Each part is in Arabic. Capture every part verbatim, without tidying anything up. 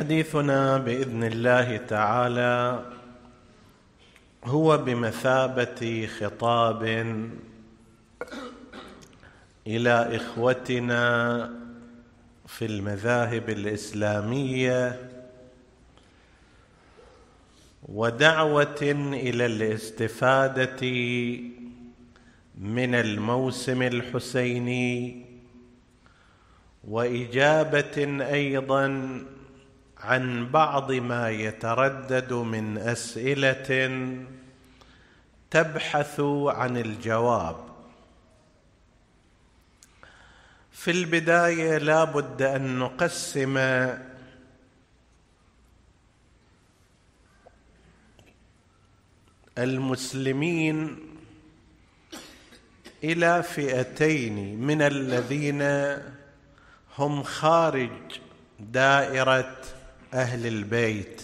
حديثنا بإذن الله تعالى هو بمثابة خطاب إلى إخوتنا في المذاهب الإسلامية ودعوة إلى الاستفادة من الموسم الحسيني، وإجابة أيضاً عن بعض ما يتردد من أسئلة تبحث عن الجواب. في البداية لا بد أن نقسم المسلمين إلى فئتين من الذين هم خارج دائرة أهل البيت،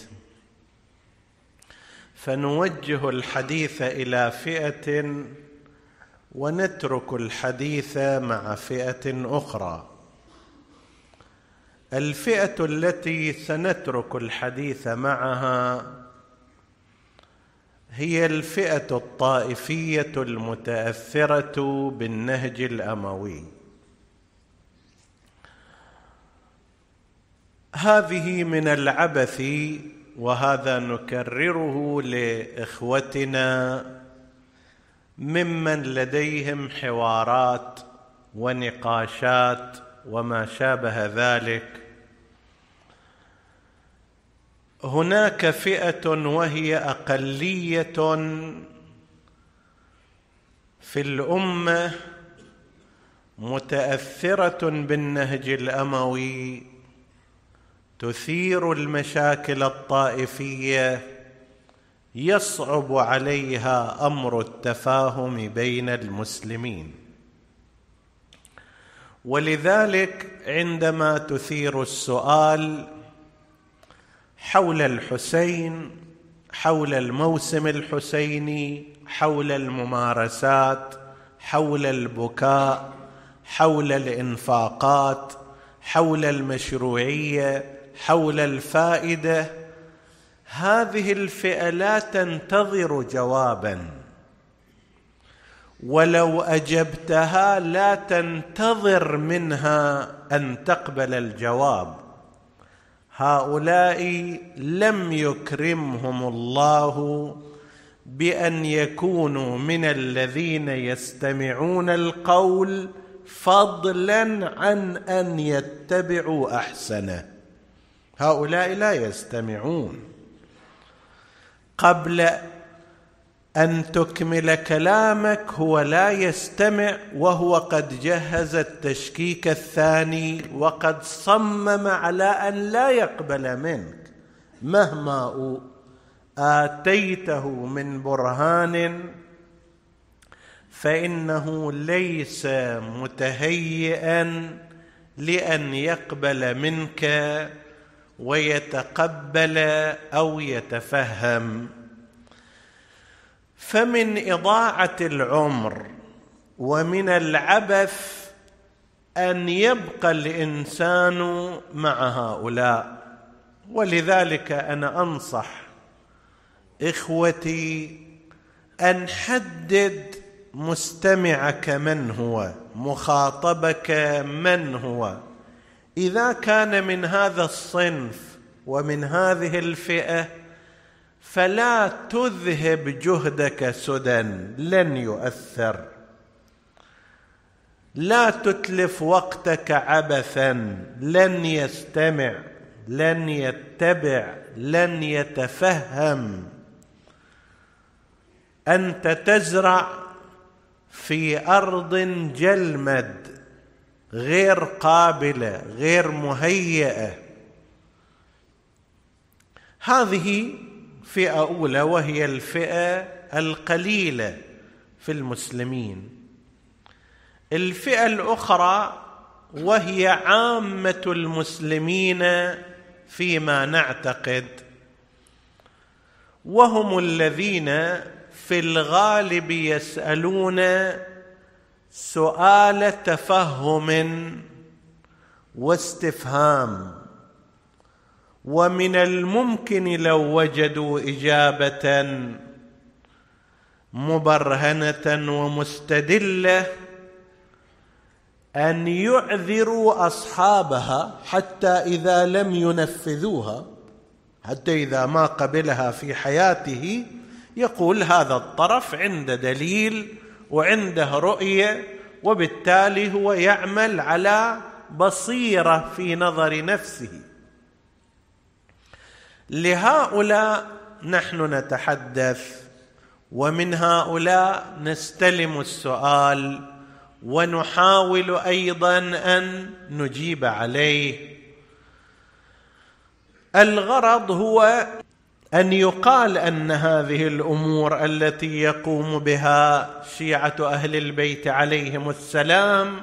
فنوجه الحديث إلى فئة ونترك الحديث مع فئة أخرى. الفئة التي سنترك الحديث معها هي الفئة الطائفية المتأثرة بالنهج الأموي. هذه من العبث، وهذا نكرره لإخوتنا ممن لديهم حوارات ونقاشات وما شابه ذلك. هناك فئة وهي أقلية في الأمة متأثرة بالنهج الأموي، تثير المشاكل الطائفية، يصعب عليها أمر التفاهم بين المسلمين، ولذلك عندما تثير السؤال حول الحسين، حول الموسم الحسيني، حول الممارسات، حول البكاء، حول الإنفاقات، حول المشروعية، حول الفائدة، هذه الفئة لا تنتظر جواباً، ولو أجبتها لا تنتظر منها أن تقبل الجواب. هؤلاء لم يكرمهم الله بأن يكونوا من الذين يستمعون القول فضلاً عن أن يتبعوا أحسنه. هؤلاء لا يستمعون. قبل أن تكمل كلامك هو لا يستمع، وهو قد جهز التشكيك الثاني وقد صمم على أن لا يقبل منك مهما آتيته من برهان، فإنه ليس متهيئا لأن يقبل منك ويتقبل أو يتفهم. فمن إضاعة العمر ومن العبث أن يبقى الإنسان مع هؤلاء. ولذلك أنا أنصح إخوتي أن حدد مستمعك من هو، مخاطبك من هو. إذا كان من هذا الصنف ومن هذه الفئة فلا تذهب جهدك سدى، لن يؤثر. لا تتلف وقتك عبثا، لن يستمع، لن يتبع، لن يتفهم. أنت تزرع في أرض جلمد غير قابلة، غير مهيئة. هذه فئة أولى، وهي الفئة القليلة في المسلمين. الفئة الأخرى وهي عامة المسلمين فيما نعتقد، وهم الذين في الغالب يسألون سؤال تفهم واستفهام، ومن الممكن لو وجدوا إجابة مبرهنة ومستدلة أن يعذروا أصحابها حتى إذا لم ينفذوها، حتى إذا ما قبلها في حياته يقول هذا الطرف عنده دليل وعنده رؤية، وبالتالي هو يعمل على بصيرة في نظر نفسه. لهؤلاء نحن نتحدث، ومن هؤلاء نستلم السؤال ونحاول أيضا أن نجيب عليه. الغرض هو أن يقال أن هذه الأمور التي يقوم بها شيعة أهل البيت عليهم السلام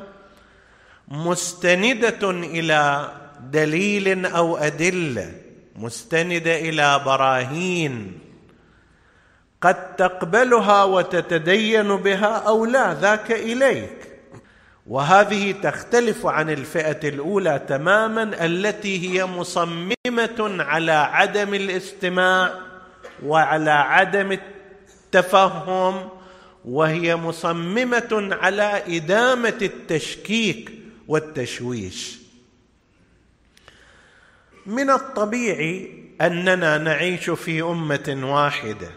مستندة إلى دليل أو أدلة، مستندة إلى براهين قد تقبلها وتتدين بها أو لا، ذاك إليك. وهذه تختلف عن الفئة الأولى تماما التي هي مصممة على عدم الاستماع وعلى عدم التفهم، وهي مصممة على إدامة التشكيك والتشويش. من الطبيعي أننا نعيش في أمة واحدة،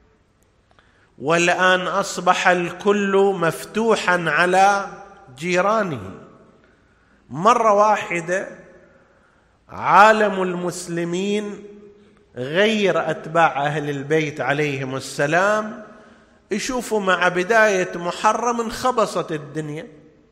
والآن أصبح الكل مفتوحا على جيرانه. مرة واحدة عالم المسلمين غير أتباع أهل البيت عليهم السلام يشوفوا مع بداية محرم انخبصت الدنيا،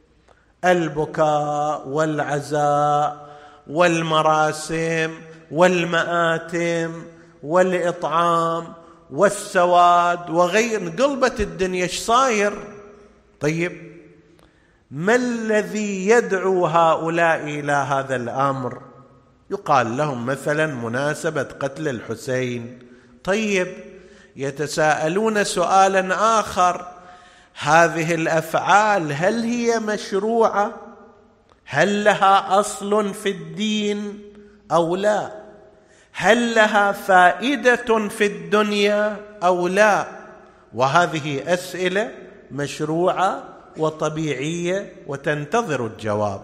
البكاء والعزاء والمراسم والمآتم والإطعام والسواد وغير، قلبت الدنيا. ايش صاير؟ طيب ما الذي يدعو هؤلاء إلى هذا الأمر؟ يقال لهم مثلا مناسبة قتل الحسين. طيب يتساءلون سؤالا آخر، هذه الأفعال هل هي مشروعة؟ هل لها أصل في الدين أو لا؟ هل لها فائدة في الدنيا أو لا؟ وهذه أسئلة مشروعة وطبيعية وتنتظر الجواب.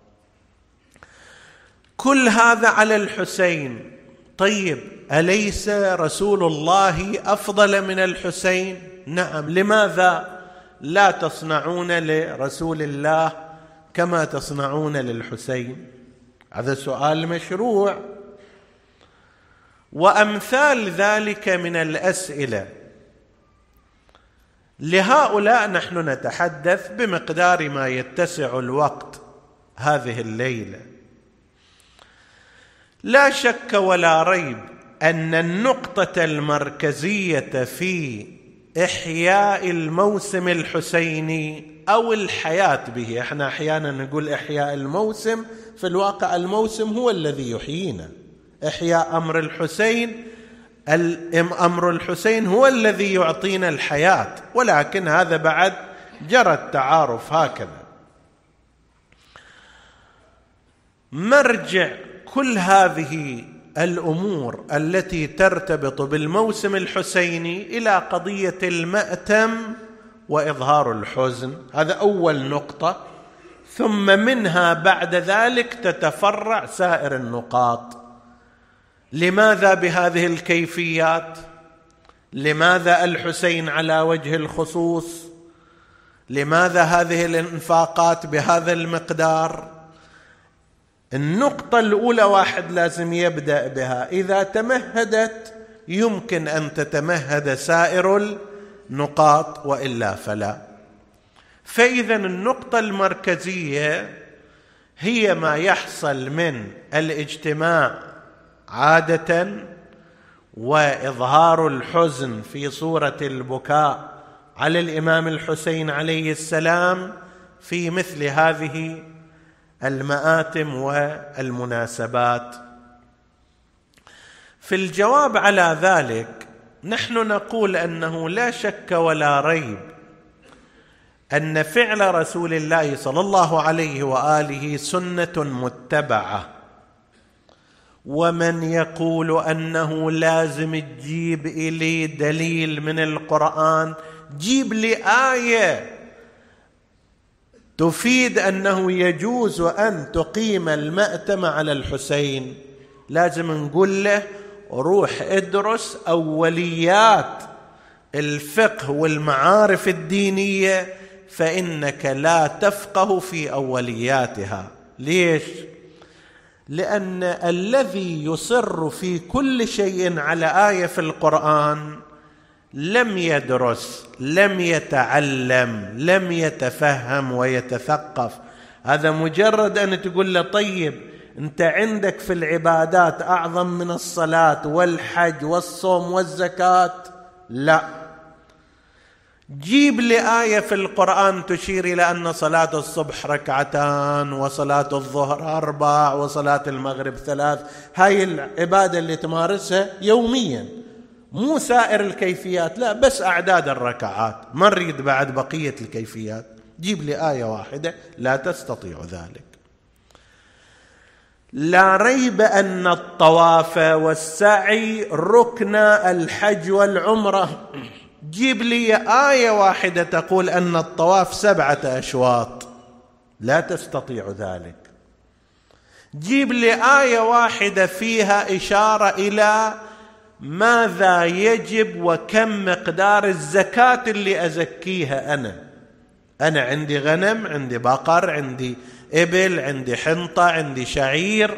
كل هذا على الحسين. طيب أليس رسول الله أفضل من الحسين؟ نعم. لماذا لا تصنعون لرسول الله كما تصنعون للحسين؟ هذا سؤال مشروع. وأمثال ذلك من الأسئلة. لهؤلاء نحن نتحدث بمقدار ما يتسع الوقت هذه الليلة. لا شك ولا ريب أن النقطة المركزية في إحياء الموسم الحسيني أو الحياة به، احنا أحيانا نقول إحياء الموسم، في الواقع الموسم هو الذي يحيينا. إحياء أمر الحسين، أمر الحسين هو الذي يعطينا الحياة، ولكن هذا بعد جرى التعارف هكذا. مرجع كل هذه الأمور التي ترتبط بالموسم الحسيني إلى قضية المأتم وإظهار الحزن، هذا أول نقطة، ثم منها بعد ذلك تتفرع سائر النقاط. لماذا بهذه الكيفيات؟ لماذا الحسين على وجه الخصوص؟ لماذا هذه الانفاقات بهذا المقدار؟ النقطة الأولى واحد لازم يبدأ بها، إذا تمهدت يمكن أن تتمهد سائر النقاط وإلا فلا. فإذا النقطة المركزية هي ما يحصل من الاجتماع عادة وإظهار الحزن في صورة البكاء على الإمام الحسين عليه السلام في مثل هذه المآتم والمناسبات. في الجواب على ذلك نحن نقول أنه لا شك ولا ريب أن فعل رسول الله صلى الله عليه وآله سنة متبعة، ومن يقول أنه لازم تجيب إلي دليل من القرآن، جيب لي آية تفيد أنه يجوز أن تقيم المأتم على الحسين. لازم نقول له روح ادرس أوليات الفقه والمعارف الدينية، فإنك لا تفقه في أولياتها. ليش؟ لأن الذي يصر في كل شيء على آية في القرآن لم يدرس، لم يتعلم، لم يتفهم ويتثقف. هذا مجرد أن تقول له طيب أنت عندك في العبادات أعظم من الصلاة والحج والصوم والزكاة، لا، جيب لي آية في القرآن تشير إلى أن صلاة الصبح ركعتان وصلاة الظهر أربع وصلاة المغرب ثلاث، هاي العبادة اللي تمارسها يوميا، مو سائر الكيفيات، لا، بس أعداد الركعات، ما نريد بعد بقية الكيفيات. جيب لي آية واحدة. لا تستطيع ذلك. لا ريب أن الطواف والسعي ركن الحج والعمرة. جيب لي آية واحدة تقول أن الطواف سبعة أشواط. لا تستطيع ذلك. جيب لي آية واحدة فيها إشارة إلى ماذا يجب وكم مقدار الزكاة اللي أزكيها أنا. أنا عندي غنم، عندي بقر، عندي إبل، عندي حنطة، عندي شعير،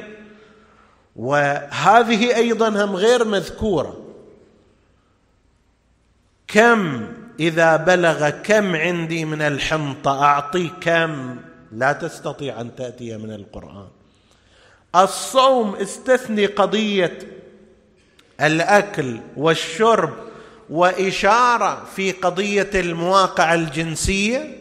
وهذه أيضا هم غير مذكورة. كم إذا بلغ كم عندي من الحنطة أعطي كم؟ لا تستطيع أن تأتي من القرآن. الصوم استثني قضية الأكل والشرب وإشارة في قضية المواقع الجنسية.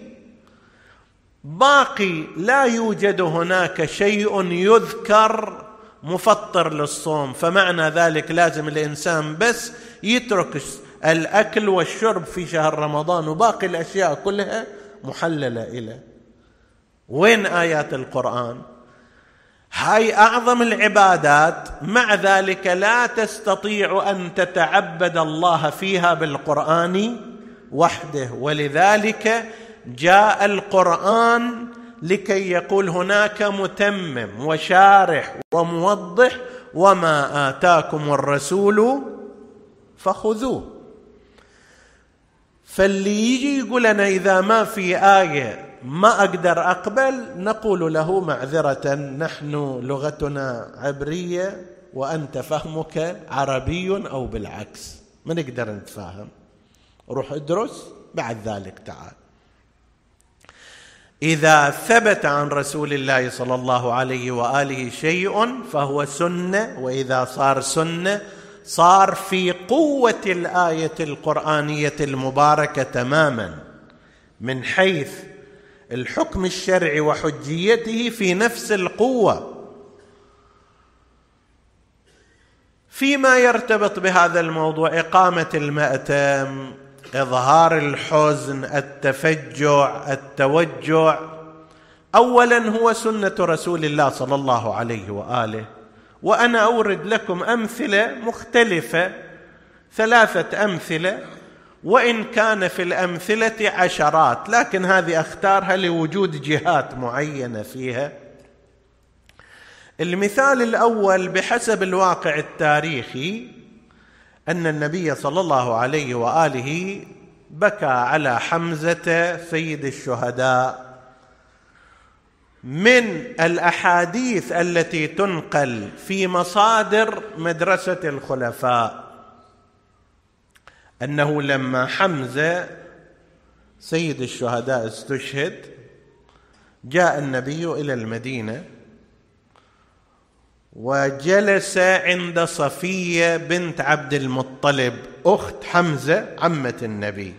باقي لا يوجد هناك شيء يذكر مفطر للصوم، فمعنى ذلك لازم الإنسان بس يترك الأكل والشرب في شهر رمضان وباقي الأشياء كلها محللة إليه. وين آيات القرآن؟ هاي أعظم العبادات، مع ذلك لا تستطيع أن تتعبد الله فيها بالقرآن وحده. ولذلك جاء القرآن لكي يقول هناك متمم وشارح وموضح، وما آتاكم الرسول فخذوه. فاللي يجي يقول أنا إذا ما في آية ما أقدر أقبل، نقول له معذرة، نحن لغتنا عبرية وأنت فهمك عربي أو بالعكس، ما نقدر نتفاهم، روح ادرس بعد ذلك تعال. إذا ثبت عن رسول الله صلى الله عليه وآله شيء فهو سنة، وإذا صار سنة صار في قوة الآية القرآنية المباركة تماما، من حيث الحكم الشرعي وحجيته في نفس القوة. فيما يرتبط بهذا الموضوع، إقامة المأتم، إظهار الحزن، التفجع، التوجع، أولا هو سنة رسول الله صلى الله عليه وآله. وأنا أورد لكم أمثلة مختلفة، ثلاثة أمثلة، وإن كان في الأمثلة عشرات، لكن هذه أختارها لوجود جهات معينة فيها. المثال الأول بحسب الواقع التاريخي أن النبي صلى الله عليه وآله بكى على حمزة سيد الشهداء. من الأحاديث التي تنقل في مصادر مدرسة الخلفاء أنه لما حمزة سيد الشهداء استشهد، جاء النبي إلى المدينة وجلس عند صفية بنت عبد المطلب أخت حمزة عمة النبي،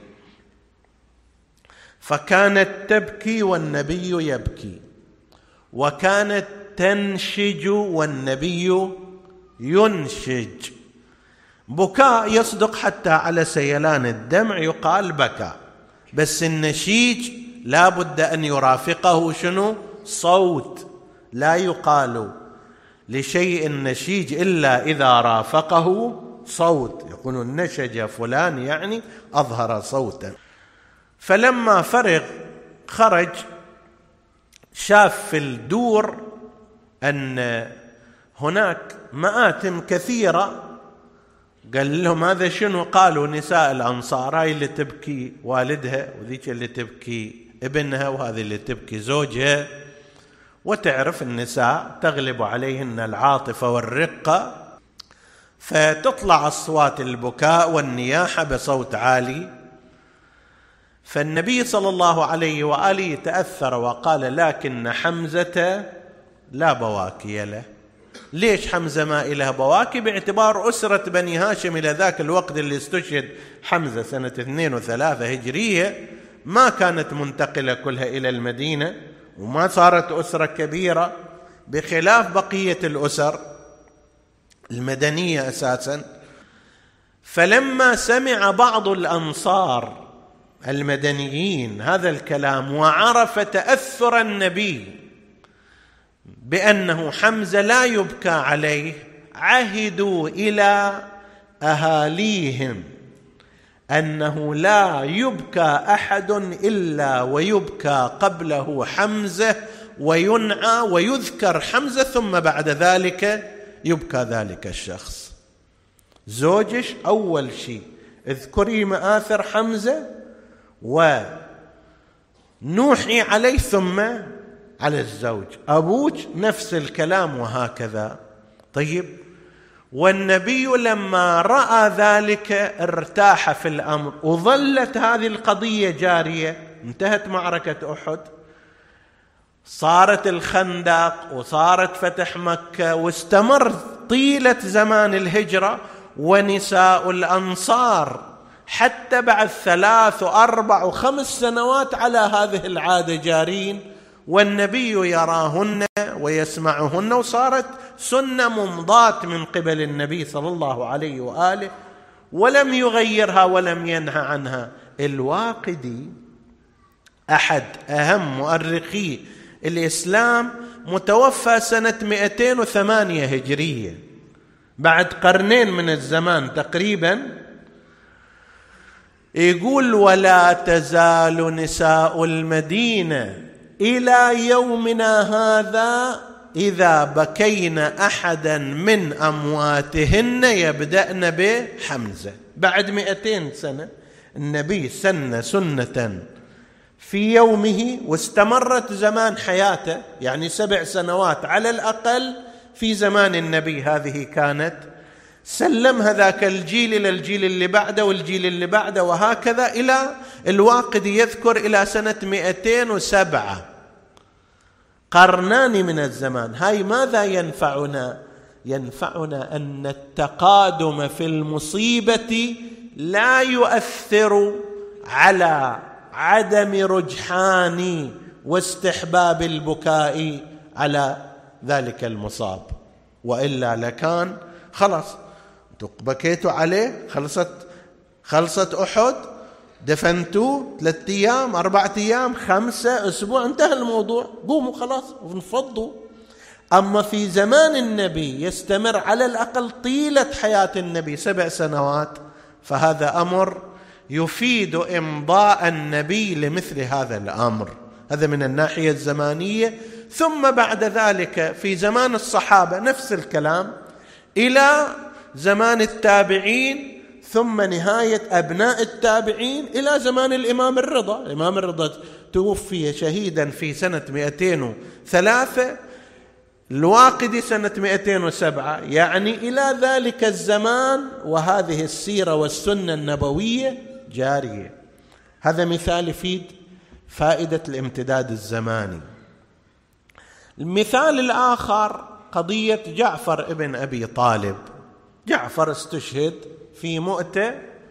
فكانت تبكي والنبي يبكي، وكانت تنشج والنبي ينشج. بكاء يصدق حتى على سيلان الدمع يقال بكى، بس النشيج لا بد أن يرافقه شنو؟ صوت، لا يقال لشيء نشيج إلا إذا رافقه صوت، يقولون نشج فلان يعني أظهر صوتا. فلما فرغ خرج شاف في الدور أن هناك مآتم كثيرة، قال لهم هذا شنو؟ قالوا نساء الأنصار، هاي اللي تبكي والدها، وذيك اللي تبكي ابنها، وهذه اللي تبكي زوجها. وتعرف النساء تغلب عليهن العاطفة والرقة، فتطلع أصوات البكاء والنياحة بصوت عالي. فالنبي صلى الله عليه وآله تأثر وقال لكن حمزة لا بواكي له. ليش حمزة ما إله بواكي؟ باعتبار أسرة بني هاشم إلى ذاك الوقت اللي استشهد حمزة سنة اثنين وثلاثة هجرية ما كانت منتقلة كلها إلى المدينة، وما صارت أسرة كبيرة بخلاف بقية الأسر المدنية أساسا. فلما سمع بعض الأنصار المدنيين هذا الكلام وعرف تأثر النبي بأنه حمزة لا يبكى عليه، عهدوا إلى أهاليهم أنه لا يبكى أحد إلا ويبكى قبله حمزة وينعى ويذكر حمزة، ثم بعد ذلك يبكى ذلك الشخص. زوجش أول شيء اذكري مآثر حمزة ونوحي عليه، ثم على الزوج. أبوك نفس الكلام وهكذا. طيب، والنبي لما رأى ذلك ارتاح في الأمر، وظلت هذه القضية جارية. انتهت معركة أحد، صارت الخندق، وصارت فتح مكة، واستمر طيلة زمان الهجرة، ونساء الأنصار حتى بعد ثلاث وأربع وخمس سنوات على هذه العادة جارين، والنبي يراهن ويسمعهن، وصارت سنة ممضاة من قبل النبي صلى الله عليه وآله، ولم يغيرها ولم ينهى عنها. الواقدي أحد أهم مؤرخي الإسلام، متوفى سنة مئتين وثمانية هجرية، بعد قرنين من الزمان تقريبا. يقول ولا تزال نساء المدينة إلى يومنا هذا إذا بكين أحدا من أمواتهن يبدأن بحمزة. بعد مئتين سنة النبي سن سنة في يومه، واستمرت زمان حياته، يعني سبع سنوات على الأقل في زمان النبي هذه كانت، سلمها ذاك الجيل إلى الجيل اللي بعده والجيل اللي بعده، وهكذا إلى الواقدي يذكر إلى سنة مئتين وسبعة، قرنان من الزمان. هاي ماذا ينفعنا؟ ينفعنا أن التقادم في المصيبة لا يؤثر على عدم رجحان واستحباب البكاء على ذلك المصاب، وإلا لكان خلاص بكيتوا عليه، خلصت خلصت أحد، دفنتوه ثلاثة أيام أربعة أيام خمسة أسبوع، انتهى الموضوع، قوموا خلاص ونفضوا. أما في زمان النبي يستمر على الأقل طيلة حياة النبي سبع سنوات، فهذا أمر يفيد إمضاء النبي لمثل هذا الأمر. هذا من الناحية الزمانية. ثم بعد ذلك في زمان الصحابة نفس الكلام، إلى زمان التابعين، ثم نهاية أبناء التابعين إلى زمان الإمام الرضا. الإمام الرضا توفي شهيدا في سنة مئتين وثلاثة، الواقدي سنة مئتين وسبعة، يعني إلى ذلك الزمان، وهذه السيرة والسنة النبوية جارية. هذا مثال يفيد فائدة الامتداد الزماني. المثال الآخر قضية جعفر ابن أبي طالب. جعفر استشهد في مؤتة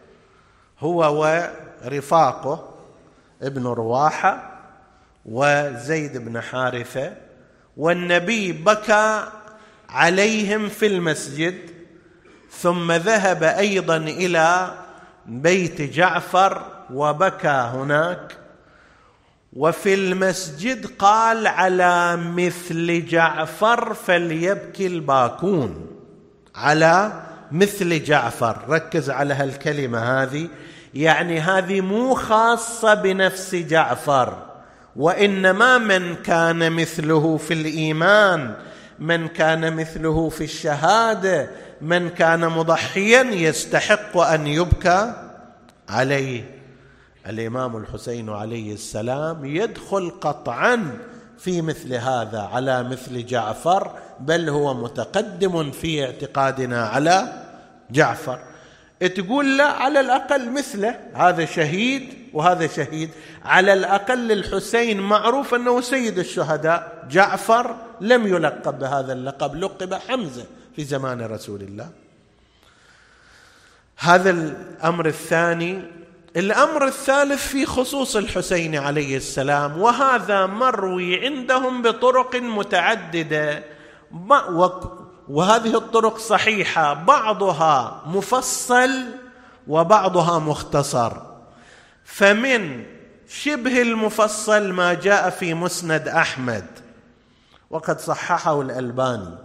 هو ورفاقه ابن رواحة وزيد بن حارثة، والنبي بكى عليهم في المسجد، ثم ذهب أيضا إلى بيت جعفر وبكى هناك، وفي المسجد قال على مثل جعفر فليبكي الباكون، على مثل جعفر. ركز على هالكلمة هذه، يعني هذه مو خاصة بنفس جعفر، وإنما من كان مثله في الإيمان، من كان مثله في الشهادة، من كان مضحيا يستحق أن يبكى عليه. الإمام الحسين عليه السلام يدخل قطعا في مثل هذا، على مثل جعفر، بل هو متقدم في اعتقادنا على جعفر. تقول لا، على الأقل مثله، هذا شهيد وهذا شهيد، على الأقل الحسين معروف أنه سيد الشهداء، جعفر لم يلقب بهذا اللقب، لقب حمزة في زمان رسول الله. هذا الأمر الثاني. الأمر الثالث في خصوص الحسين عليه السلام، وهذا مروي عندهم بطرق متعددة، وهذه الطرق صحيحة، بعضها مفصل وبعضها مختصر. فمن شبه المفصل ما جاء في مسند أحمد وقد صححه الألباني،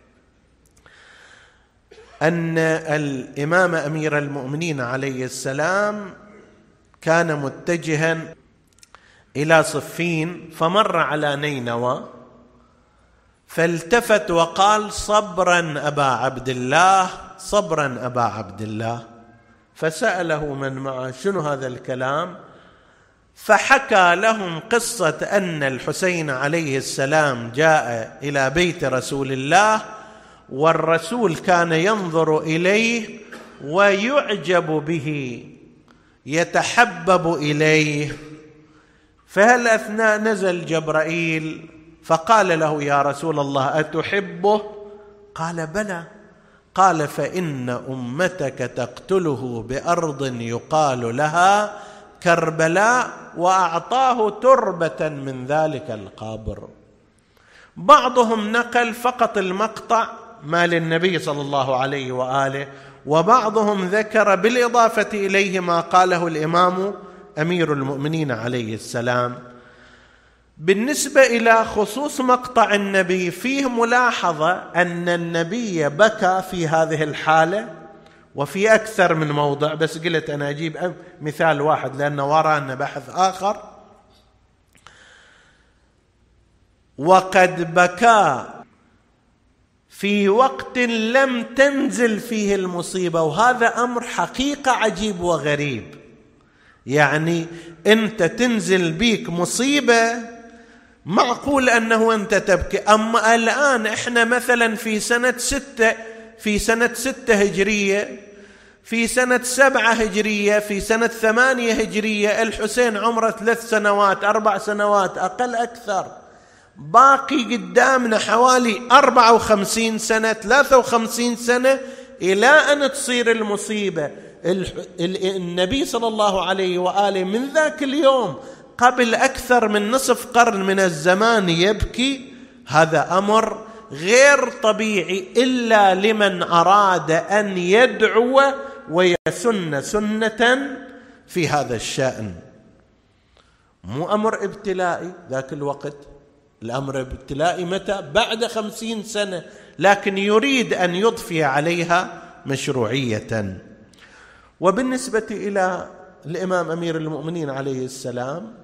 أن الإمام أمير المؤمنين عليه السلام كان متجها إلى صفين، فمر على نينوى، فالتفت وقال: صبرا أبا عبد الله، صبرا أبا عبد الله. فسأله من معه: شنو هذا الكلام؟ فحكى لهم قصة أن الحسين عليه السلام جاء إلى بيت رسول الله، والرسول كان ينظر إليه ويعجب به، يتحبب إليه. فهل أثناء نزل جبرائيل فقال له: يا رسول الله أتحبه؟ قال: بلى. قال: فإن أمتك تقتله بأرض يقال لها كربلاء، وأعطاه تربة من ذلك القبر. بعضهم نقل فقط المقطع ما للنبي صلى الله عليه وآله، وبعضهم ذكر بالإضافة إليه ما قاله الإمام أمير المؤمنين عليه السلام. بالنسبة إلى خصوص مقطع النبي، فيه ملاحظة أن النبي بكى في هذه الحالة، وفي أكثر من موضع، بس قلت أنا أجيب مثال واحد لأن ورانا بحث آخر. وقد بكى في وقت لم تنزل فيه المصيبة، وهذا أمر حقيقة عجيب وغريب. يعني أنت تنزل بيك مصيبة، معقول أنه أنت تبكي. أما الآن إحنا مثلا في سنة ستة في سنة ستة هجرية، في سنة سبعة هجرية، في سنة ثمانية هجرية، الحسين عمره ثلاث سنوات أربع سنوات أقل أكثر، باقي قدامنا حوالي أربعة وخمسين سنة ثلاثة وخمسين سنة إلى أن تصير المصيبة. النبي صلى الله عليه وآله من ذاك اليوم قبل أكثر من نصف قرن من الزمان يبكي. هذا أمر غير طبيعي إلا لمن أراد أن يدعو ويسن سنة في هذا الشأن. مو أمر ابتلائي ذاك الوقت، الأمر ابتلائي متى؟ بعد خمسين سنة، لكن يريد أن يضفي عليها مشروعية. وبالنسبة إلى الإمام أمير المؤمنين عليه السلام،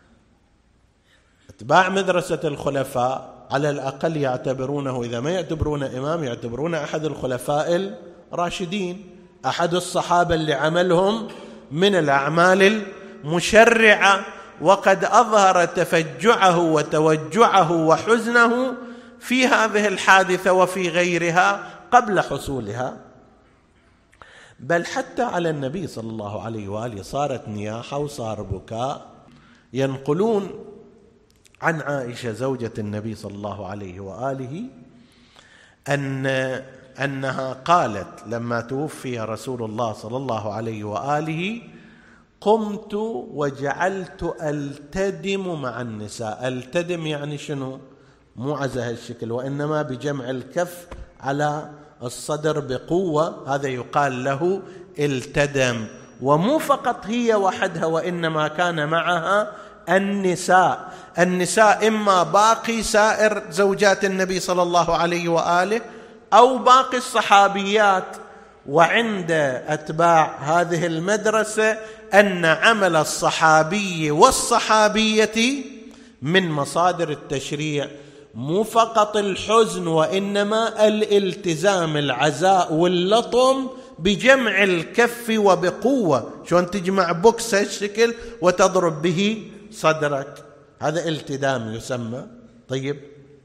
اتباع مدرسة الخلفاء على الأقل يعتبرونه، إذا ما يعتبرون إمام، يعتبرون أحد الخلفاء الراشدين، أحد الصحابة اللي عملهم من الأعمال المشرعة، وقد أظهر تفجعه وتوجعه وحزنه في هذه الحادثة وفي غيرها قبل حصولها. بل حتى على النبي صلى الله عليه وآله صارت نياحة وصار بكاء. ينقلون عن عائشة زوجة النبي صلى الله عليه وآله أن أنها قالت لما توفي رسول الله صلى الله عليه وآله: قمت وجعلت ألتدم مع النساء. ألتدم يعني شنو؟ مو عزه الشكل، وإنما بجمع الكف على الصدر بقوة، هذا يقال له التدم. ومو فقط هي وحدها، وإنما كان معها النساء، النساء إما باقي سائر زوجات النبي صلى الله عليه وآله أو باقي الصحابيات. وعند أتباع هذه المدرسة أن عمل الصحابي والصحابية من مصادر التشريع مو فقط الحزن، وإنما الالتزام، العزاء واللطم بجمع الكف وبقوة. شلون تجمع بوكس هالشكل وتضرب به صدرك، هذا التدام يسمى. طيب،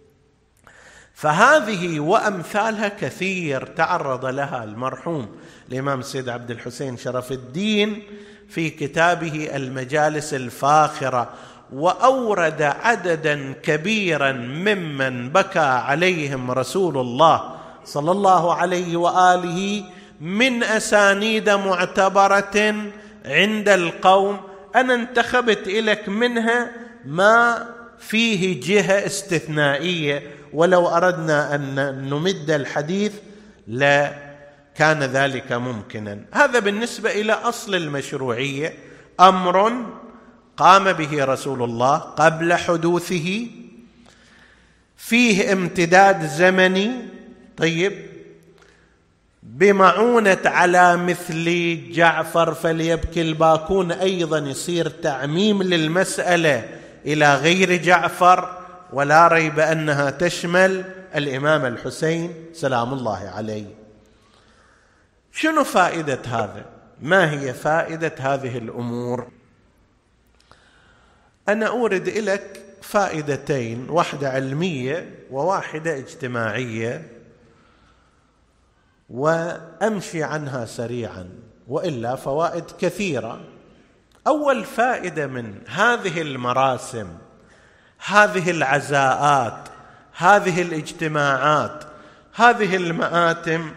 فهذه وأمثالها كثير تعرض لها المرحوم الإمام السيد عبد الحسين شرف الدين في كتابه المجالس الفاخرة، وأورد عددا كبيرا ممن بكى عليهم رسول الله صلى الله عليه وآله من أسانيد معتبرة عند القوم. أنا انتخبت لك منها ما فيه جهة استثنائية، ولو أردنا أن نمد الحديث لا كان ذلك ممكنا. هذا بالنسبة إلى أصل المشروعية، أمر قام به رسول الله قبل حدوثه، فيه امتداد زمني. طيب، بمعونة على مثل جعفر فليبكي الباكون أيضا يصير تعميم للمسألة إلى غير جعفر، ولا ريب أنها تشمل الإمام الحسين سلام الله عليه. شنو فائدة هذا؟ ما هي فائدة هذه الأمور؟ أنا أورد لك فائدتين، واحدة علمية وواحدة اجتماعية، وأمشي عنها سريعا، وإلا فوائد كثيرة. أول فائدة من هذه المراسم، هذه العزاءات، هذه الاجتماعات، هذه المآتم،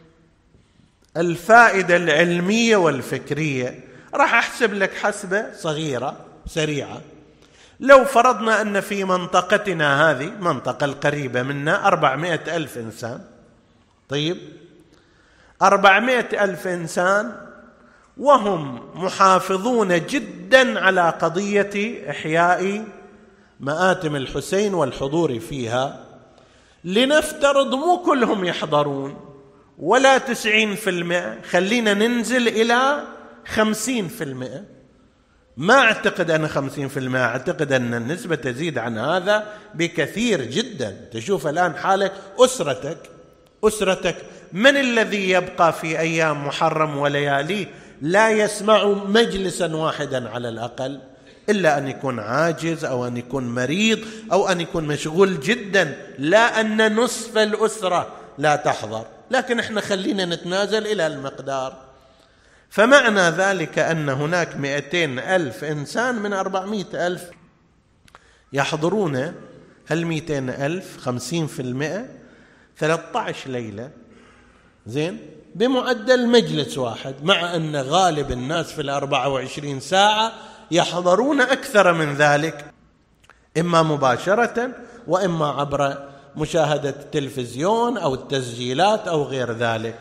الفائدة العلمية والفكرية. راح أحسب لك حسبة صغيرة سريعة. لو فرضنا أن في منطقتنا هذه، منطقة القريبة منا، أربعمائة ألف إنسان. طيب، أربعمائة ألف إنسان وهم محافظون جدا على قضية إحياء مآتم الحسين والحضور فيها. لنفترض مو كلهم يحضرون ولا تسعين في المئة، خلينا ننزل إلى خمسين في المئة. ما أعتقد أن خمسين في المئة، أعتقد أن النسبة تزيد عن هذا بكثير جدا. تشوف الآن حالك، أسرتك أسرتك من الذي يبقى في أيام محرم ولياليه لا يسمع مجلسا واحدا على الأقل، إلا أن يكون عاجز أو أن يكون مريض أو أن يكون مشغول جدا، لا أن نصف الأسرة لا تحضر. لكن احنا خلينا نتنازل إلى المقدار. فمعنى ذلك أن هناك مئتين ألف إنسان من أربعمائة ألف يحضرون. هل مئتين ألف خمسين في المئة ثلاثة عشر ليلة، زين، بمعدل مجلس واحد، مع أن غالب الناس في الأربعة وعشرين ساعة يحضرون أكثر من ذلك، إما مباشرة وإما عبر مشاهدة التلفزيون أو التسجيلات أو غير ذلك.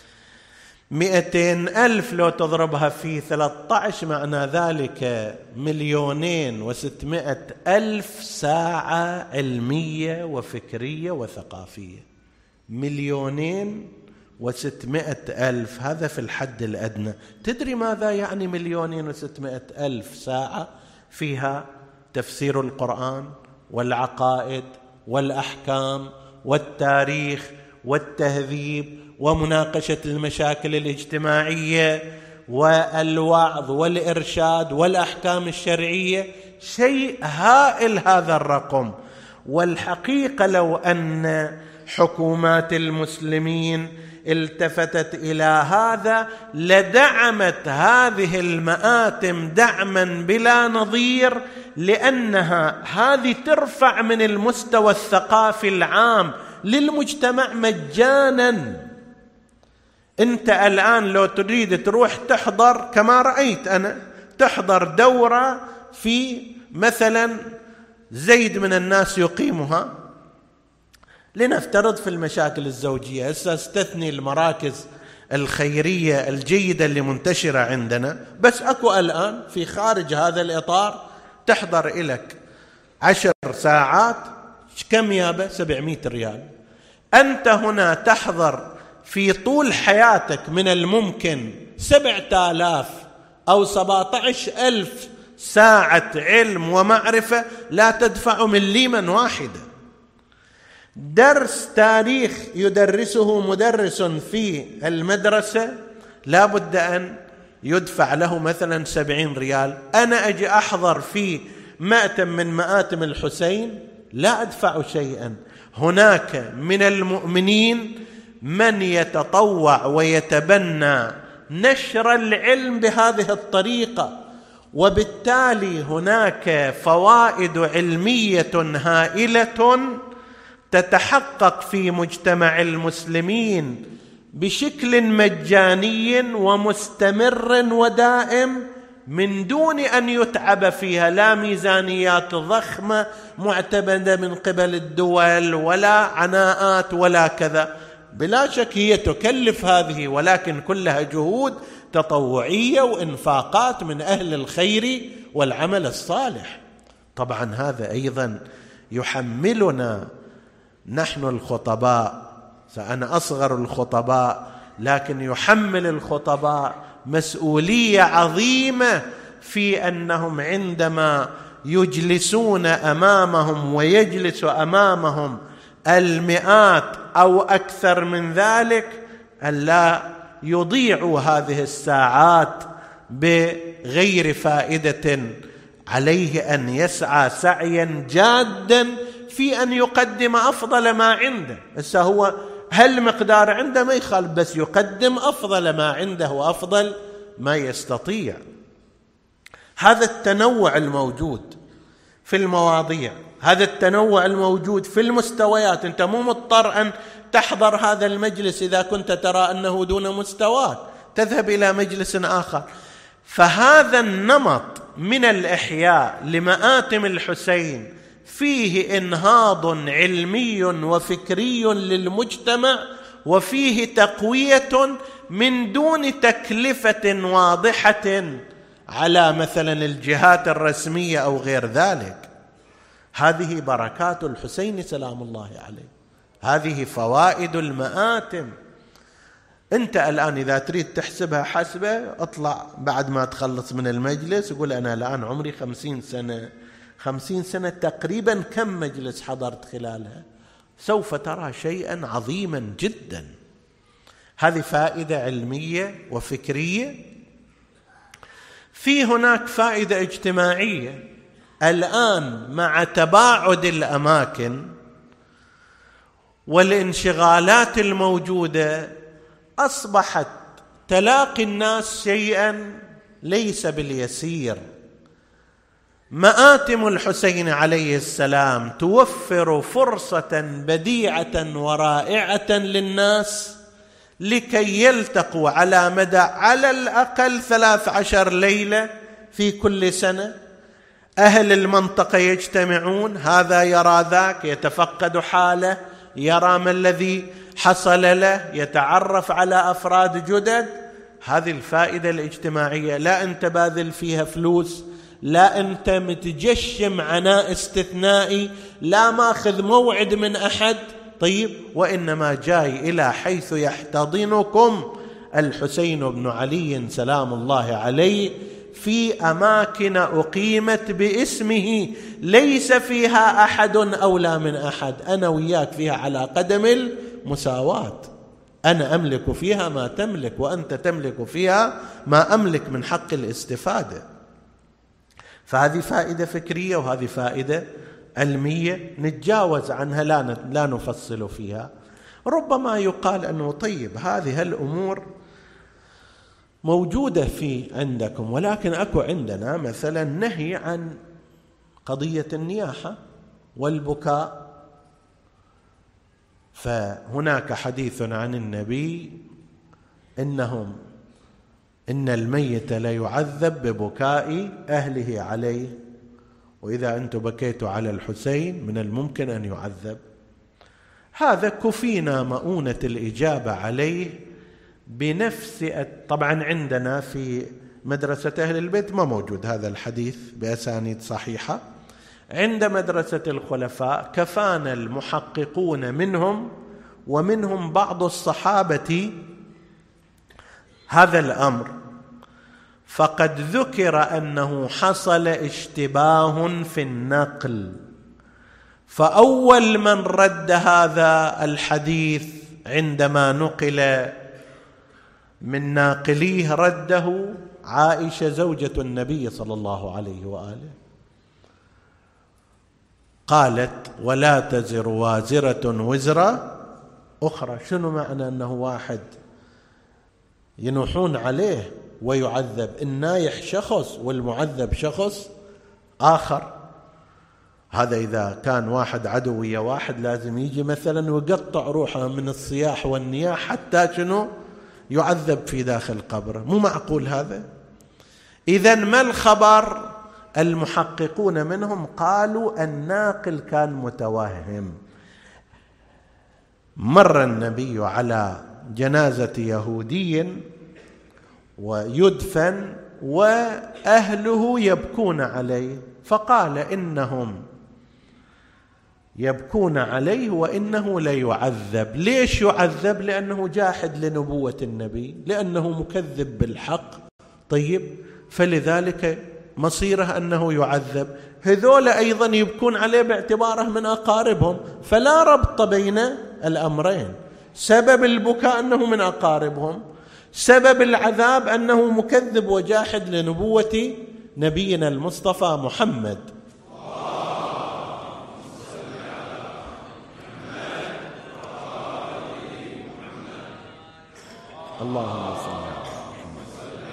مئتين ألف لو تضربها في ثلاثة عشر معنى ذلك مليونين وستمائة ألف ساعة علمية وفكرية وثقافية. مليونين وستمائة ألف، هذا في الحد الأدنى. تدري ماذا يعني مليونين وستمائة ألف ساعة؟ فيها تفسير القرآن والعقائد والأحكام والتاريخ والتهذيب ومناقشة المشاكل الاجتماعية والوعظ والإرشاد والأحكام الشرعية. شيء هائل هذا الرقم. والحقيقة لو أن حكومات المسلمين التفتت إلى هذا لدعمت هذه المآتم دعما بلا نظير، لأنها هذه ترفع من المستوى الثقافي العام للمجتمع مجانا. أنت الآن لو تريد تروح تحضر كما رأيت أنا، تحضر دورة في مثلا زيد من الناس يقيمها، لنفترض في المشاكل الزوجية. هسه استثني المراكز الخيرية الجيدة اللي منتشرة عندنا، بس أكو الآن في خارج هذا الإطار تحضر إلك عشر ساعات، كم يابا؟ سبعمائة ريال. أنت هنا تحضر في طول حياتك من الممكن سبعة آلاف أو سبعة عشر ألف ساعة علم ومعرفة لا تدفع مليما واحدة. درس تاريخ يدرسه مدرس في المدرسة لا بد أن يدفع له مثلا سبعين ريال. أنا أجي أحضر في مأتم من مآتم الحسين لا أدفع شيئا. هناك من المؤمنين من يتطوع ويتبنى نشر العلم بهذه الطريقة، وبالتالي هناك فوائد علمية هائلة تتحقق في مجتمع المسلمين بشكل مجاني ومستمر ودائم من دون أن يتعب فيها، لا ميزانيات ضخمة معتمدة من قبل الدول ولا عناءات ولا كذا. بلا شك هي تكلف هذه، ولكن كلها جهود تطوعية وإنفاقات من أهل الخير والعمل الصالح. طبعا هذا أيضا يحملنا نحن الخطباء، أنا أصغر الخطباء، لكن يحمل الخطباء مسؤولية عظيمة في أنهم عندما يجلسون أمامهم ويجلس أمامهم المئات أو أكثر من ذلك أن لا يضيعوا هذه الساعات بغير فائدة. عليه أن يسعى سعيا جادا في أن يقدم أفضل ما عنده. هسه هو هل مقدار عنده ما يخالف، بس يقدم أفضل ما عنده وأفضل ما يستطيع. هذا التنوع الموجود في المواضيع، هذا التنوع الموجود في المستويات. أنت مو مضطر أن تحضر هذا المجلس إذا كنت ترى أنه دون مستواك، تذهب إلى مجلس آخر. فهذا النمط من الإحياء لمآتم الحسين فيه إنهاض علمي وفكري للمجتمع، وفيه تقوية من دون تكلفة واضحة على مثلا الجهات الرسمية أو غير ذلك. هذه بركات الحسين سلام الله عليه، هذه فوائد المآتم. أنت الآن إذا تريد تحسبها حسبة، اطلع بعد ما تخلص من المجلس وقول أنا الآن عمري خمسين سنة، خمسين سنة تقريبا كم مجلس حضرت خلالها؟ سوف ترى شيئا عظيما جدا. هذه فائدة علمية وفكرية. في هناك فائدة اجتماعية. الآن مع تباعد الأماكن والانشغالات الموجودة أصبحت تلاقي الناس شيئا ليس باليسير. مآتم الحسين عليه السلام توفر فرصة بديعة ورائعة للناس لكي يلتقوا على مدى على الأقل ثلاث عشر ليلة في كل سنة. أهل المنطقة يجتمعون، هذا يرى ذاك، يتفقد حاله، يرى ما الذي حصل له، يتعرف على أفراد جدد. هذه الفائدة الاجتماعية، لا أنت باذل فيها فلوس، لا أنت متجشم عناء استثنائي، لا ماخذ موعد من أحد، طيب، وإنما جاي إلى حيث يحتضنكم الحسين بن علي سلام الله عليه في أماكن أقيمت باسمه ليس فيها أحد أولى من أحد. أنا وياك فيها على قدم المساواة، أنا أملك فيها ما تملك، وأنت تملك فيها ما أملك من حق الاستفادة. فهذه فائدة فكرية وهذه فائدة علمية نتجاوز عنها، لا لا نفصل فيها. ربما يقال أنه طيب هذه الأمور موجودة في عندكم، ولكن أكو عندنا مثلا نهي عن قضية النياحة والبكاء. فهناك حديث عن النبي إنهم إن الميت لا يعذب ببكاء أهله عليه، وإذا أنتم بكيتوا على الحسين من الممكن أن يعذب. هذا كفينا مؤونة الإجابة عليه بنفس. طبعا عندنا في مدرسة أهل البيت ما موجود هذا الحديث بأسانيد صحيحة. عند مدرسة الخلفاء كفانا المحققون منهم ومنهم بعض الصحابة هذا الأمر، فقد ذكر أنه حصل اشتباه في النقل، فأول من رد هذا الحديث عندما نقل من ناقليه رده عائشة زوجة النبي صلى الله عليه وآله، قالت: ولا تزر وازرة وزر أخرى. شنو معنى أنه واحد ينوحون عليه ويعذب؟ النايح شخص والمعذب شخص آخر. هذا إذا كان واحد عدوية واحد لازم يجي مثلا ويقطع روحه من الصياح والنياح حتى شنو يعذب في داخل قبره، مو معقول هذا. إذن ما الخبر؟ المحققون منهم قالوا الناقل كان متوهم. مر النبي على جنازة يهودي ويدفن وأهله يبكون عليه، فقال: إنهم يبكون عليه وإنه لا يعذب. ليش يعذب؟ لأنه جاحد لنبوة النبي، لأنه مكذب بالحق. طيب، فلذلك مصيره أنه يعذب. هذول أيضا يبكون عليه باعتباره من أقاربهم، فلا ربط بين الأمرين. سبب البكاء أنه من أقاربهم، سبب العذاب أنه مكذب وجاحد لنبوة نبينا المصطفى محمد. اللهم صل على محمد.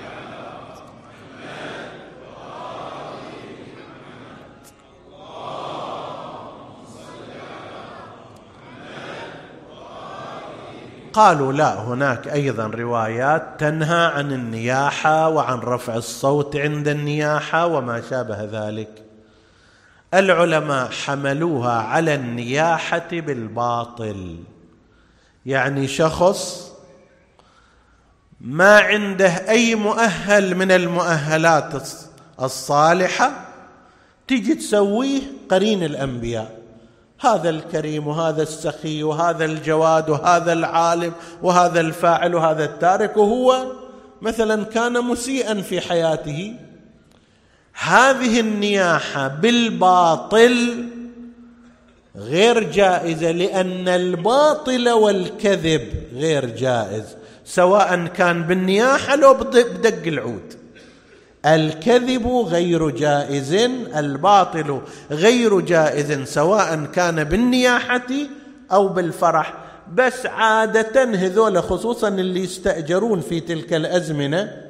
قالوا: لا، هناك أيضا روايات تنهى عن النياحة وعن رفع الصوت عند النياحة وما شابه ذلك. العلماء حملوها على النياحة بالباطل، يعني شخص ما عنده أي مؤهل من المؤهلات الصالحة تيجي تسويه قرين الأنبياء، هذا الكريم وهذا السخي وهذا الجواد وهذا العالم وهذا الفاعل وهذا التارك، وهو مثلا كان مسيئا في حياته. هذه النياحة بالباطل غير جائزة، لأن الباطل والكذب غير جائز، سواء كان بالنياحة لو بدق العود. الكذب غير جائز، الباطل غير جائز، سواء كان بالنياحة أو بالفرح. بس عادة هذول خصوصا اللي يستأجرون في تلك الأزمنة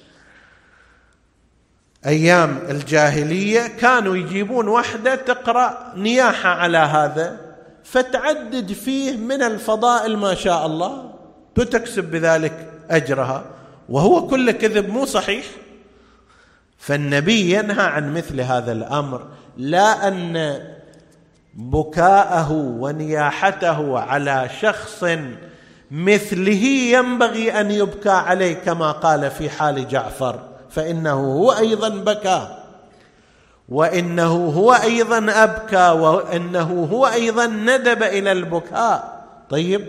أيام الجاهلية كانوا يجيبون وحدة تقرأ نياحة على هذا، فتعدد فيه من الفضائل ما شاء الله، تكسب بذلك أجرها، وهو كل كذب مو صحيح. فالنبي ينهى عن مثل هذا الأمر، لا أن بكاءه ونياحته على شخص مثله ينبغي أن يبكى عليه كما قال في حال جعفر، فإنه هو أيضا بكى، وإنه هو أيضا أبكى، وإنه هو أيضا ندب إلى البكاء. طيب،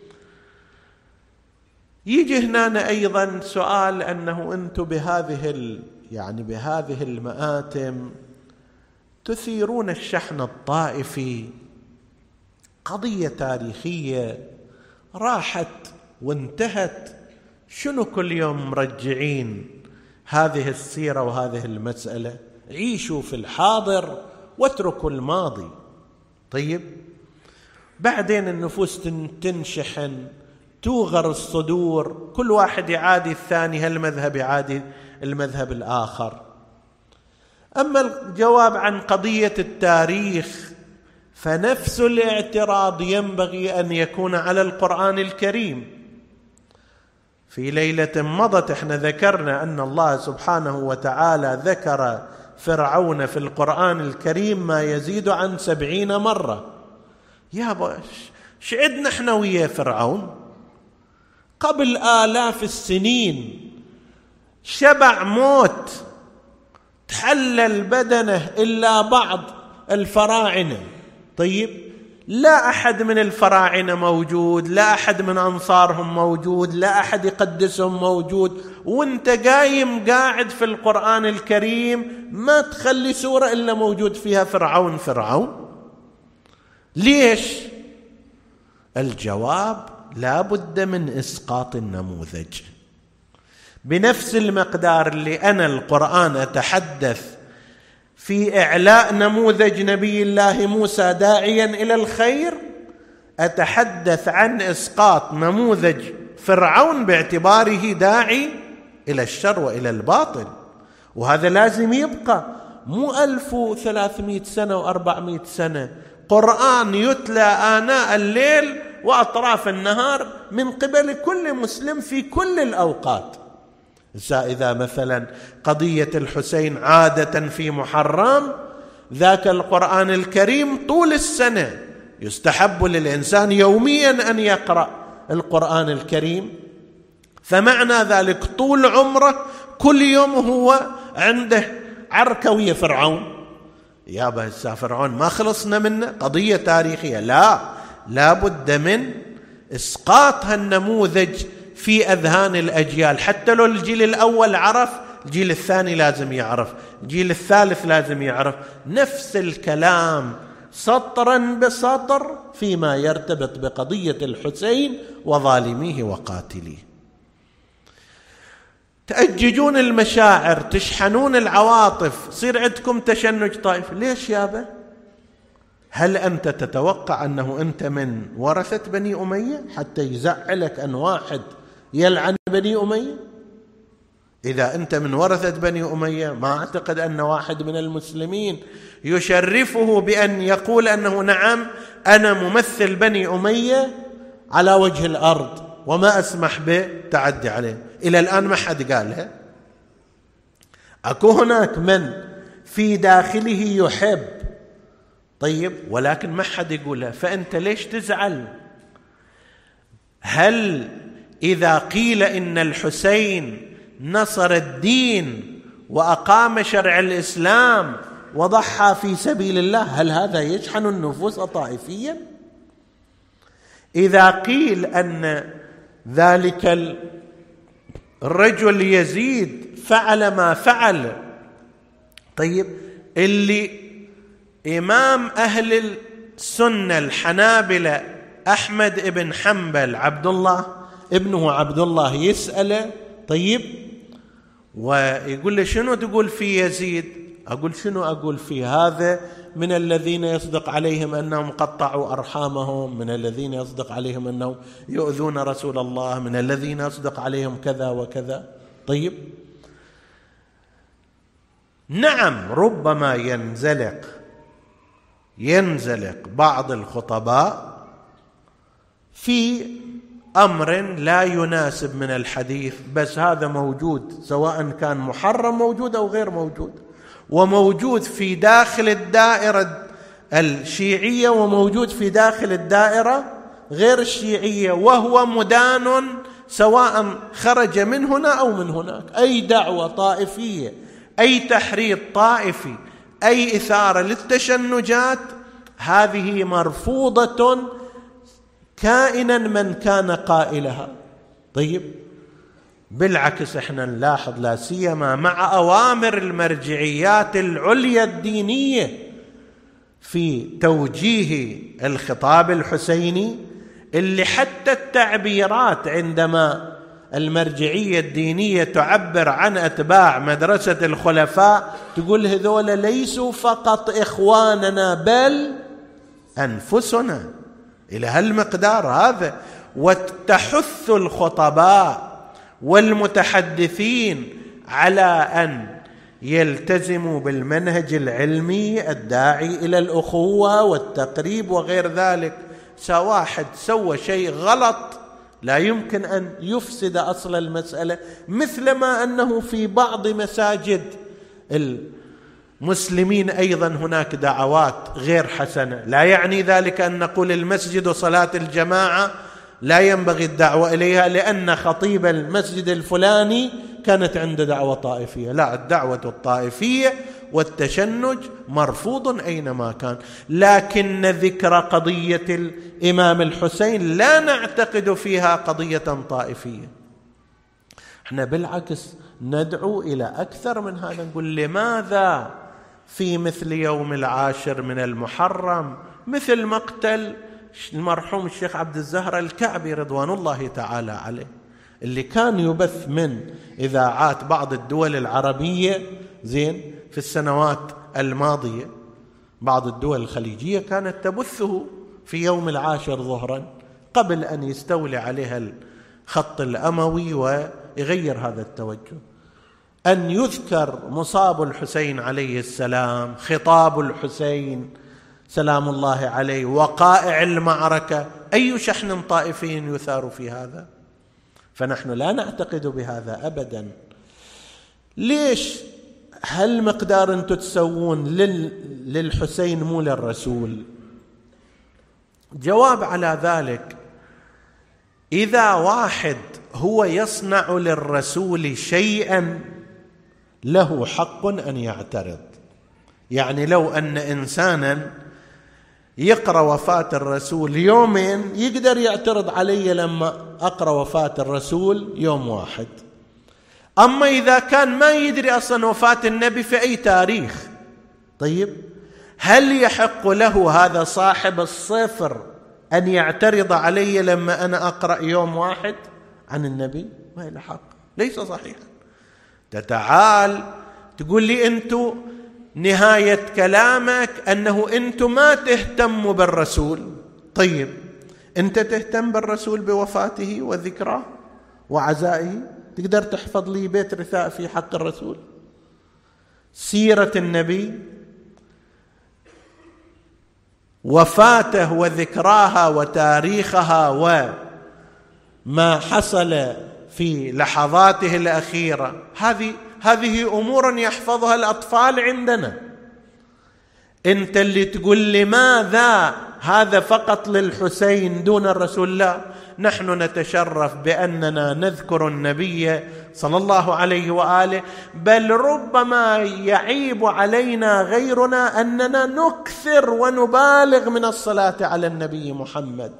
يجي هنا أيضا سؤال أنه أنتم بهذه ال يعني بهذه المآتم تثيرون الشحن الطائفي، قضية تاريخية راحت وانتهت، شنو كل يوم مرجعين هذه السيرة وهذه المسألة؟ عيشوا في الحاضر واتركوا الماضي. طيب، بعدين النفوس تنشحن، توغر الصدور، كل واحد يعادي الثاني، هالمذهب يعادي المذهب الآخر. أما الجواب عن قضية التاريخ فنفس الاعتراض ينبغي أن يكون على القرآن الكريم. في ليلة مضت احنا ذكرنا أن الله سبحانه وتعالى ذكر فرعون في القرآن الكريم ما يزيد عن سبعين مرة. يا باش شعدنا احنا ويا فرعون قبل آلاف السنين، شبع موت، تحلل بدنه إلا بعض الفراعنة. طيب لا أحد من الفراعنة موجود، لا أحد من أنصارهم موجود، لا أحد يقدسهم موجود، وانت قايم قاعد في القرآن الكريم ما تخلي سورة إلا موجود فيها فرعون فرعون. ليش؟ الجواب لا بد من إسقاط النموذج بنفس المقدار اللي أنا القرآن أتحدث في إعلاء نموذج نبي الله موسى داعيا إلى الخير، أتحدث عن إسقاط نموذج فرعون باعتباره داعي إلى الشر وإلى الباطل. وهذا لازم يبقى، مو ألف وثلاثمائة سنة وأربعمائة سنة، قرآن يتلى آناء الليل وأطراف النهار من قبل كل مسلم في كل الأوقات. إذا مثلا قضية الحسين عادة في محرم، ذاك القرآن الكريم طول السنة يستحب للإنسان يوميا أن يقرأ القرآن الكريم، فمعنى ذلك طول عمره كل يوم هو عنده عركة ويا فرعون. يا بهسا فرعون ما خلصنا منه، قضية تاريخية، لا لا بد من إسقاط هالنموذج في أذهان الأجيال، حتى لو الجيل الأول عرف، الجيل الثاني لازم يعرف، الجيل الثالث لازم يعرف. نفس الكلام سطرا بسطر فيما يرتبط بقضية الحسين وظالميه وقاتليه. تأججون المشاعر، تشحنون العواطف، صير عندكم تشنج طائف. ليش يابا؟ هل أنت تتوقع أنه أنت من ورثة بني أمية حتى يزعلك أن واحد يلعن بني أمية؟ إذا أنت من ورثة بني أمية ما أعتقد أن واحد من المسلمين يشرفه بأن يقول أنه نعم أنا ممثل بني أمية على وجه الأرض وما أسمح بالتعدي عليه. إلى الآن ما حد قالها. أكو هناك من في داخله يحب، طيب، ولكن ما حد يقولها، فأنت ليش تزعل؟ هل إذا قيل إن الحسين نصر الدين وأقام شرع الإسلام وضحى في سبيل الله، هل هذا يشحن النفوس طائفيا؟ إذا قيل أن ذلك الرجل يزيد فعل ما فعل، طيب، اللي إمام أهل السنة الحنابلة أحمد ابن حنبل عبد الله ابنه عبد الله يسأله، طيب، ويقول له شنو تقول في يزيد؟ أقول شنو أقول في هذا؟ من الذين يصدق عليهم أنهم قطعوا أرحامهم، من الذين يصدق عليهم أنهم يؤذون رسول الله، من الذين يصدق عليهم كذا وكذا. طيب، نعم ربما ينزلق ينزلق بعض الخطباء في أمر لا يناسب من الحديث، بس هذا موجود سواء كان محرم موجود أو غير موجود، وموجود في داخل الدائرة الشيعية وموجود في داخل الدائرة غير الشيعية، وهو مدان سواء خرج من هنا أو من هناك. أي دعوة طائفية، أي تحريض طائفي، أي إثارة للتشنجات، هذه مرفوضة كائنا من كان قائلها. طيب، بالعكس احنا نلاحظ لا سيما مع أوامر المرجعيات العليا الدينية في توجيه الخطاب الحسيني، اللي حتى التعبيرات عندما المرجعية الدينية تعبر عن أتباع مدرسة الخلفاء تقول هذول ليسوا فقط إخواننا بل أنفسنا، إلى هالمقدار هذا. وتحث الخطباء والمتحدثين على أن يلتزموا بالمنهج العلمي الداعي إلى الأخوة والتقريب وغير ذلك. سواحد سوى شيء غلط لا يمكن أن يفسد أصل المسألة، مثلما أنه في بعض مساجد المسلمين أيضا هناك دعوات غير حسنة. لا يعني ذلك أن نقول المسجد وصلاة الجماعة لا ينبغي الدعوة إليها لأن خطيب المسجد الفلاني كانت عنده دعوة طائفية. لا، الدعوة الطائفية والتشنج مرفوض أينما كان، لكن ذكر قضية الإمام الحسين لا نعتقد فيها قضية طائفية. احنا بالعكس ندعو إلى أكثر من هذا، نقول لماذا في مثل يوم العاشر من المحرم، مثل مقتل المرحوم الشيخ عبد الزهرة الكعبي رضوان الله تعالى عليه، اللي كان يبث من إذاعات بعض الدول العربية زين في السنوات الماضية، بعض الدول الخليجية كانت تبثه في يوم العاشر ظهرا قبل أن يستولي عليها الخط الأموي ويغير هذا التوجه، أن يذكر مصاب الحسين عليه السلام، خطاب الحسين سلام الله عليه، وقائع المعركة. أي شحن طائفي يثار في هذا؟ فنحن لا نعتقد بهذا أبدا. ليش هالمقدار أنتم تسوون للحسين مو للرسول؟ جواب على ذلك، إذا واحد هو يصنع للرسول شيئا له حق أن يعترض. يعني لو أن إنسانا يقرأ وفاة الرسول يومين يقدر يعترض علي لما أقرأ وفاة الرسول يوم واحد. أما إذا كان ما يدري أصلا وفاة النبي في أي تاريخ، طيب هل يحق له هذا صاحب الصفر أن يعترض علي لما أنا أقرأ يوم واحد عن النبي؟ ما له حق، ليس صحيحا. تتعال تقول لي أنتو نهاية كلامك أنه أنتو ما تهتموا بالرسول. طيب أنت تهتم بالرسول بوفاته وذكراه وعزائه؟ تقدر تحفظ لي بيت رثاء في حق الرسول؟ سيرة النبي، وفاته وذكراها وتاريخها وما حصل في لحظاته الأخيرة، هذه هذه أمور يحفظها الأطفال عندنا. أنت اللي تقول لماذا هذا فقط للحسين دون الرسول؟ لا، نحن نتشرف بأننا نذكر النبي صلى الله عليه وآله، بل ربما يعيب علينا غيرنا أننا نكثر ونبالغ من الصلاة على النبي محمد.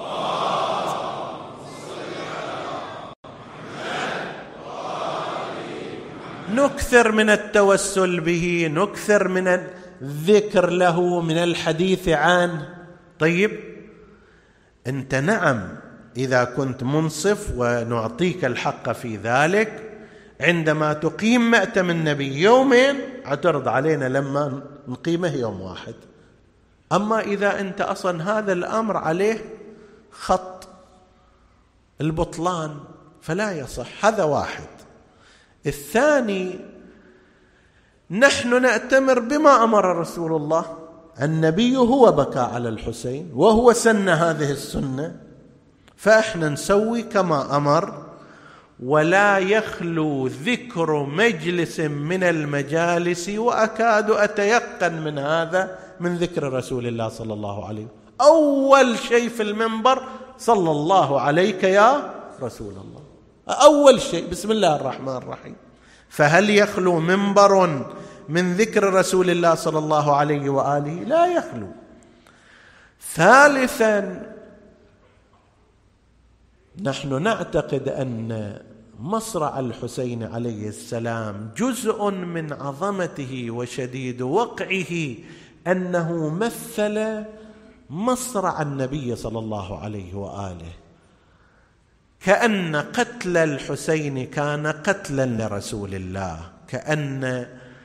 نكثر من التوسل به، نكثر من الذكر له، من الحديث عنه. طيب أنت نعم إذا كنت منصف ونعطيك الحق في ذلك، عندما تقيم مأتم النبي يومين اعترض علينا لما نقيمه يوم واحد. أما إذا أنت أصلا هذا الأمر عليه خط البطلان فلا يصح. هذا واحد. الثاني، نحن نأتمر بما أمر رسول الله. النبي هو بكى على الحسين وهو سن هذه السنة، فإحنا نسوي كما أمر، ولا يخلو ذكر مجلس من المجالس، وأكاد أتيقن من هذا، من ذكر رسول الله صلى الله عليه وسلم. أول شيء في المنبر صلى الله عليك يا رسول الله، أول شيء بسم الله الرحمن الرحيم. فهل يخلو منبر من ذكر رسول الله صلى الله عليه وآله؟ لا يخلو. ثالثا، نحن نعتقد أن مصرع الحسين عليه السلام جزء من عظمته وشديد وقعه أنه مثل مصرع النبي صلى الله عليه وآله، كأن قتل الحسين كان قتلا لرسول الله، كأن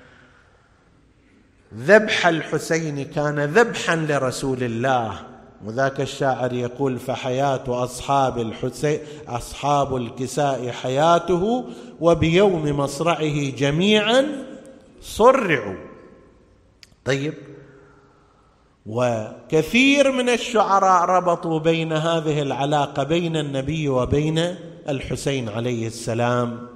ذبح الحسين كان ذبحا لرسول الله. وذاك الشاعر يقول: فحياة أصحاب الحسين أصحاب الكساء حياته، وبيوم مصرعه جميعا صرعوا. طيب، وكثير من الشعراء ربطوا بين هذه العلاقة بين النبي وبين الحسين عليه السلام.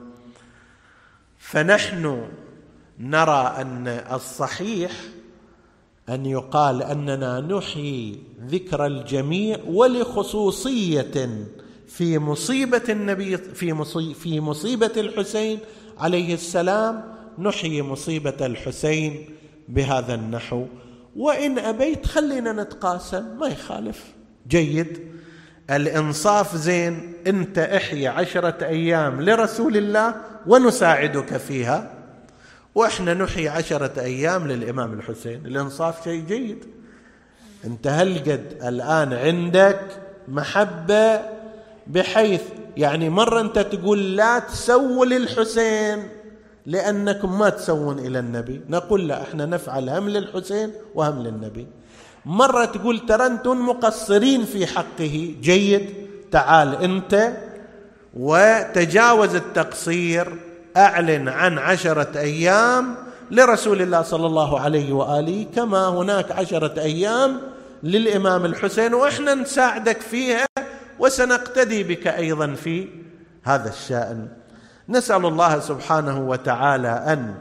فنحن نرى أن الصحيح أن يقال أننا نحيي ذكر الجميع، ولخصوصية في مصيبة النبي في مصي في مصيبة الحسين عليه السلام نحيي مصيبة الحسين بهذا النحو، وإن أبيت خلينا نتقاسم ما يخالف، جيد، الإنصاف زين، أنت احيي عشرة أيام لرسول الله ونساعدك فيها، وإحنا نحيي عشرة أيام للإمام الحسين. الإنصاف شيء جيد. أنت هلقد الآن عندك محبة بحيث يعني مرة أنت تقول لا تسووا للحسين لأنكم ما تسوون إلى النبي، نقول لا، إحنا نفعل هم للحسين وهم للنبي. مرة تقول ترى أنتم مقصرين في حقه، جيد، تعال أنت وتجاوز التقصير، أعلن عن عشرة أيام لرسول الله صلى الله عليه وآله كما هناك عشرة أيام للإمام الحسين، وإحنا نساعدك فيها وسنقتدي بك أيضا في هذا الشأن. نسأل الله سبحانه وتعالى أن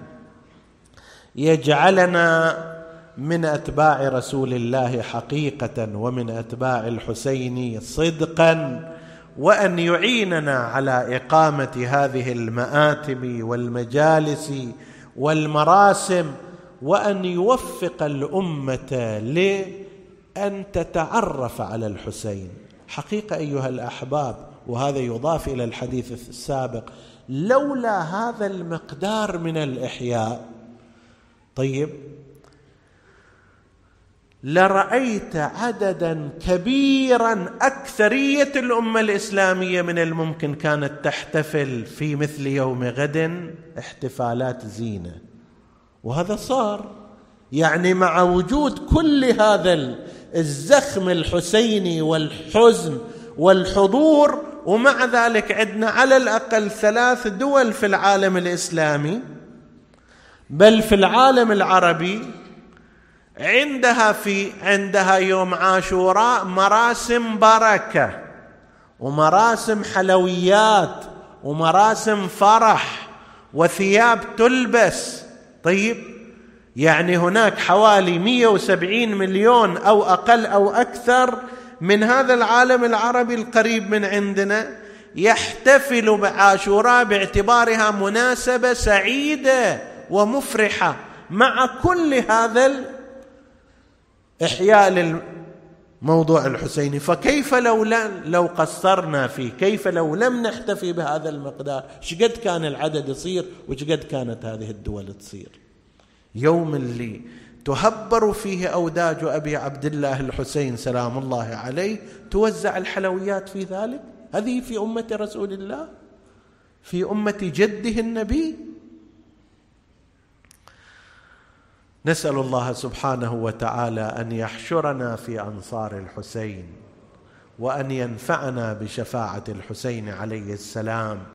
يجعلنا من أتباع رسول الله حقيقة ومن أتباع الحسين صدقا، وأن يعيننا على إقامة هذه المآتم والمجالس والمراسم، وأن يوفق الأمة لأن تتعرف على الحسين. حقيقة أيها الأحباب، وهذا يضاف إلى الحديث السابق، لولا هذا المقدار من الإحياء طيب لرأيت عددا كبيرا، أكثرية الأمة الإسلامية من الممكن كانت تحتفل في مثل يوم غد احتفالات زينة، وهذا صار يعني مع وجود كل هذا الزخم الحسيني والحزن والحضور، ومع ذلك عندنا على الأقل ثلاث دول في العالم الإسلامي بل في العالم العربي عندها في عندها يوم عاشوراء مراسم بركة ومراسم حلويات ومراسم فرح وثياب تلبس. طيب يعني هناك حوالي مئة وسبعين مليون أو أقل أو أكثر من هذا العالم العربي القريب من عندنا يحتفل بعاشوراء باعتبارها مناسبة سعيدة ومفرحة، مع كل هذا الإحياء للموضوع الحسيني. فكيف لو لو قصرنا فيه؟ كيف لو لم نحتفي بهذا المقدار؟ شقد كان العدد يصير وشقد كانت هذه الدول تصير؟ يوم اللي تهبر فيه أوداج أبي عبد الله الحسين سلام الله عليه توزع الحلويات في ذلك؟ هذه في أمة رسول الله، في أمة جده النبي. نسأل الله سبحانه وتعالى أن يحشرنا في أنصار الحسين، وأن ينفعنا بشفاعة الحسين عليه السلام،